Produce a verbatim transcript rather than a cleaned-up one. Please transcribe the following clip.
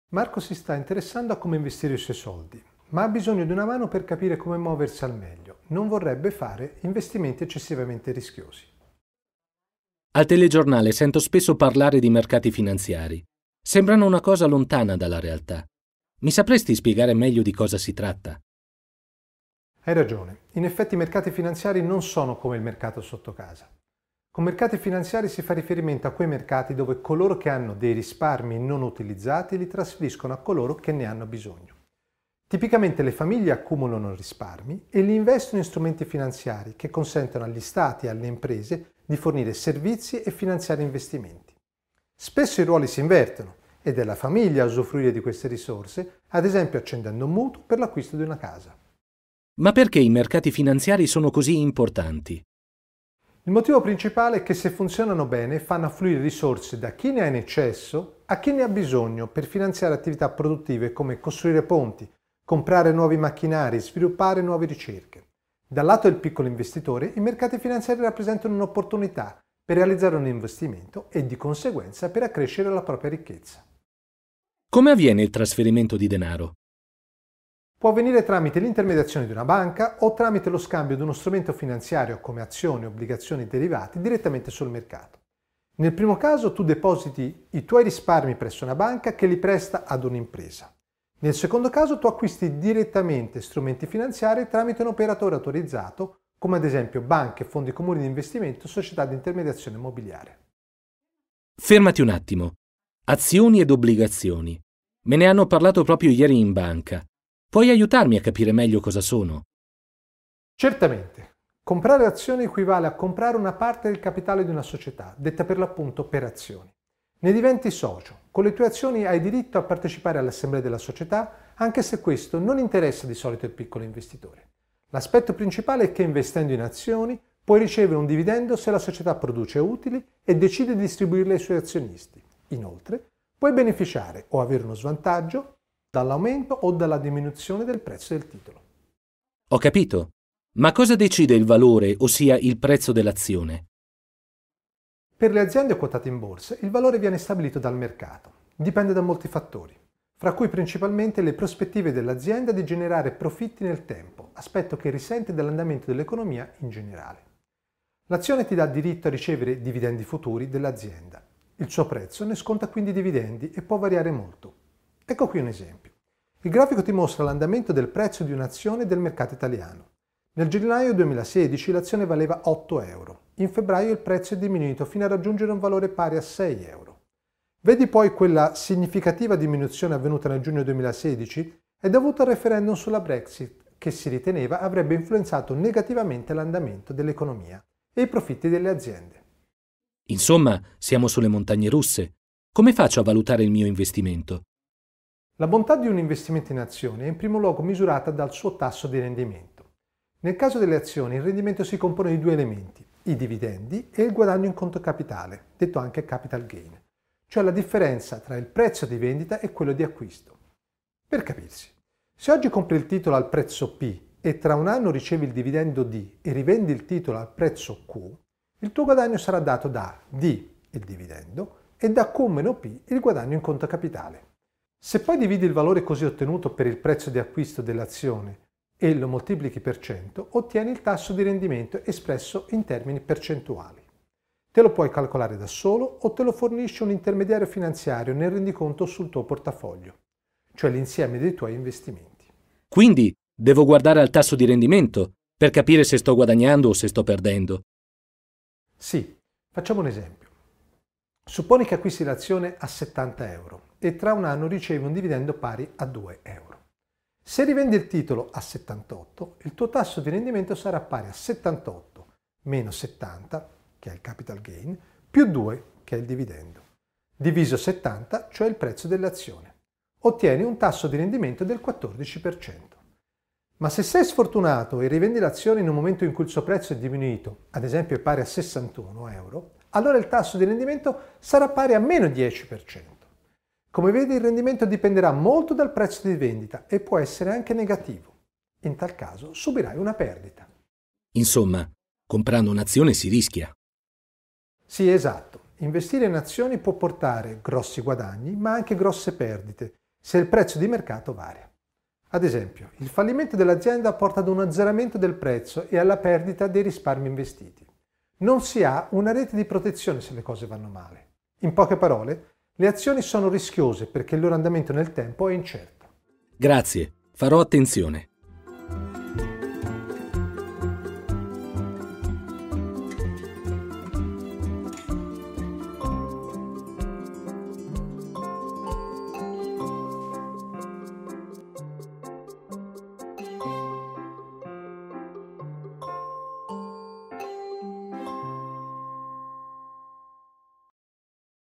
Marco si sta interessando a come investire i suoi soldi, ma ha bisogno di una mano per capire come muoversi al meglio. Non vorrebbe fare investimenti eccessivamente rischiosi. Al telegiornale sento spesso parlare di mercati finanziari. Sembrano una cosa lontana dalla realtà. Mi sapresti spiegare meglio di cosa si tratta? Hai ragione, in effetti i mercati finanziari non sono come il mercato sotto casa. Con mercati finanziari si fa riferimento a quei mercati dove coloro che hanno dei risparmi non utilizzati li trasferiscono a coloro che ne hanno bisogno. Tipicamente le famiglie accumulano risparmi e li investono in strumenti finanziari che consentono agli stati e alle imprese di fornire servizi e finanziare investimenti. Spesso i ruoli si invertono ed è la famiglia a usufruire di queste risorse, ad esempio accendendo un mutuo per l'acquisto di una casa. Ma perché i mercati finanziari sono così importanti? Il motivo principale è che se funzionano bene fanno affluire risorse da chi ne ha in eccesso a chi ne ha bisogno per finanziare attività produttive come costruire ponti, comprare nuovi macchinari, sviluppare nuove ricerche. Dal lato del piccolo investitore, i mercati finanziari rappresentano un'opportunità per realizzare un investimento e di conseguenza per accrescere la propria ricchezza. Come avviene il trasferimento di denaro? Può avvenire tramite l'intermediazione di una banca o tramite lo scambio di uno strumento finanziario come azioni, obbligazioni e derivati direttamente sul mercato. Nel primo caso tu depositi i tuoi risparmi presso una banca che li presta ad un'impresa. Nel secondo caso tu acquisti direttamente strumenti finanziari tramite un operatore autorizzato, come ad esempio banche, fondi comuni di investimento, società di intermediazione immobiliare. Fermati un attimo. Azioni ed obbligazioni. Me ne hanno parlato proprio ieri in banca. Puoi aiutarmi a capire meglio cosa sono? Certamente. Comprare azioni equivale a comprare una parte del capitale di una società, detta per l'appunto per azioni. Ne diventi socio. Con le tue azioni hai diritto a partecipare all'assemblea della società, anche se questo non interessa di solito il piccolo investitore. L'aspetto principale è che investendo in azioni puoi ricevere un dividendo se la società produce utili e decide di distribuirle ai suoi azionisti. Inoltre, puoi beneficiare o avere uno svantaggio dall'aumento o dalla diminuzione del prezzo del titolo. Ho capito. Ma cosa decide il valore, ossia il prezzo dell'azione? Per le aziende quotate in borsa, il valore viene stabilito dal mercato. Dipende da molti fattori, fra cui principalmente le prospettive dell'azienda di generare profitti nel tempo, aspetto che risente dall'andamento dell'economia in generale. L'azione ti dà diritto a ricevere dividendi futuri dell'azienda. Il suo prezzo ne sconta quindi i dividendi e può variare molto. Ecco qui un esempio. Il grafico ti mostra l'andamento del prezzo di un'azione del mercato italiano. Nel gennaio duemilasedici l'azione valeva otto euro. In febbraio il prezzo è diminuito fino a raggiungere un valore pari a sei euro. Vedi poi quella significativa diminuzione avvenuta nel giugno duemilasedici è dovuta al referendum sulla Brexit che si riteneva avrebbe influenzato negativamente l'andamento dell'economia e i profitti delle aziende. Insomma, siamo sulle montagne russe. Come faccio a valutare il mio investimento? La bontà di un investimento in azioni è in primo luogo misurata dal suo tasso di rendimento. Nel caso delle azioni il rendimento si compone di due elementi, i dividendi e il guadagno in conto capitale, detto anche capital gain, cioè la differenza tra il prezzo di vendita e quello di acquisto. Per capirsi, se oggi compri il titolo al prezzo P e tra un anno ricevi il dividendo D e rivendi il titolo al prezzo Q, il tuo guadagno sarà dato da D, il dividendo, e da Q meno P, il guadagno in conto capitale. Se poi dividi il valore così ottenuto per il prezzo di acquisto dell'azione e lo moltiplichi per cento, ottieni il tasso di rendimento espresso in termini percentuali. Te lo puoi calcolare da solo o te lo fornisce un intermediario finanziario nel rendiconto sul tuo portafoglio, cioè l'insieme dei tuoi investimenti. Quindi devo guardare al tasso di rendimento per capire se sto guadagnando o se sto perdendo. Sì, facciamo un esempio. Supponi che acquisti l'azione a settanta euro e tra un anno ricevi un dividendo pari a due euro. Se rivendi il titolo a settantotto, il tuo tasso di rendimento sarà pari a settantotto meno settanta, che è il capital gain, più due, che è il dividendo, diviso settanta, cioè il prezzo dell'azione. Ottieni un tasso di rendimento del quattordici per cento. Ma se sei sfortunato e rivendi l'azione in un momento in cui il suo prezzo è diminuito, ad esempio è pari a sessantuno euro, allora il tasso di rendimento sarà pari a meno dieci per cento. Come vedi, il rendimento dipenderà molto dal prezzo di vendita e può essere anche negativo. In tal caso subirai una perdita. Insomma, comprando un'azione si rischia. Sì, esatto. Investire in azioni può portare grossi guadagni, ma anche grosse perdite, se il prezzo di mercato varia. Ad esempio, il fallimento dell'azienda porta ad un azzeramento del prezzo e alla perdita dei risparmi investiti. Non si ha una rete di protezione se le cose vanno male. In poche parole, le azioni sono rischiose perché il loro andamento nel tempo è incerto. Grazie, farò attenzione.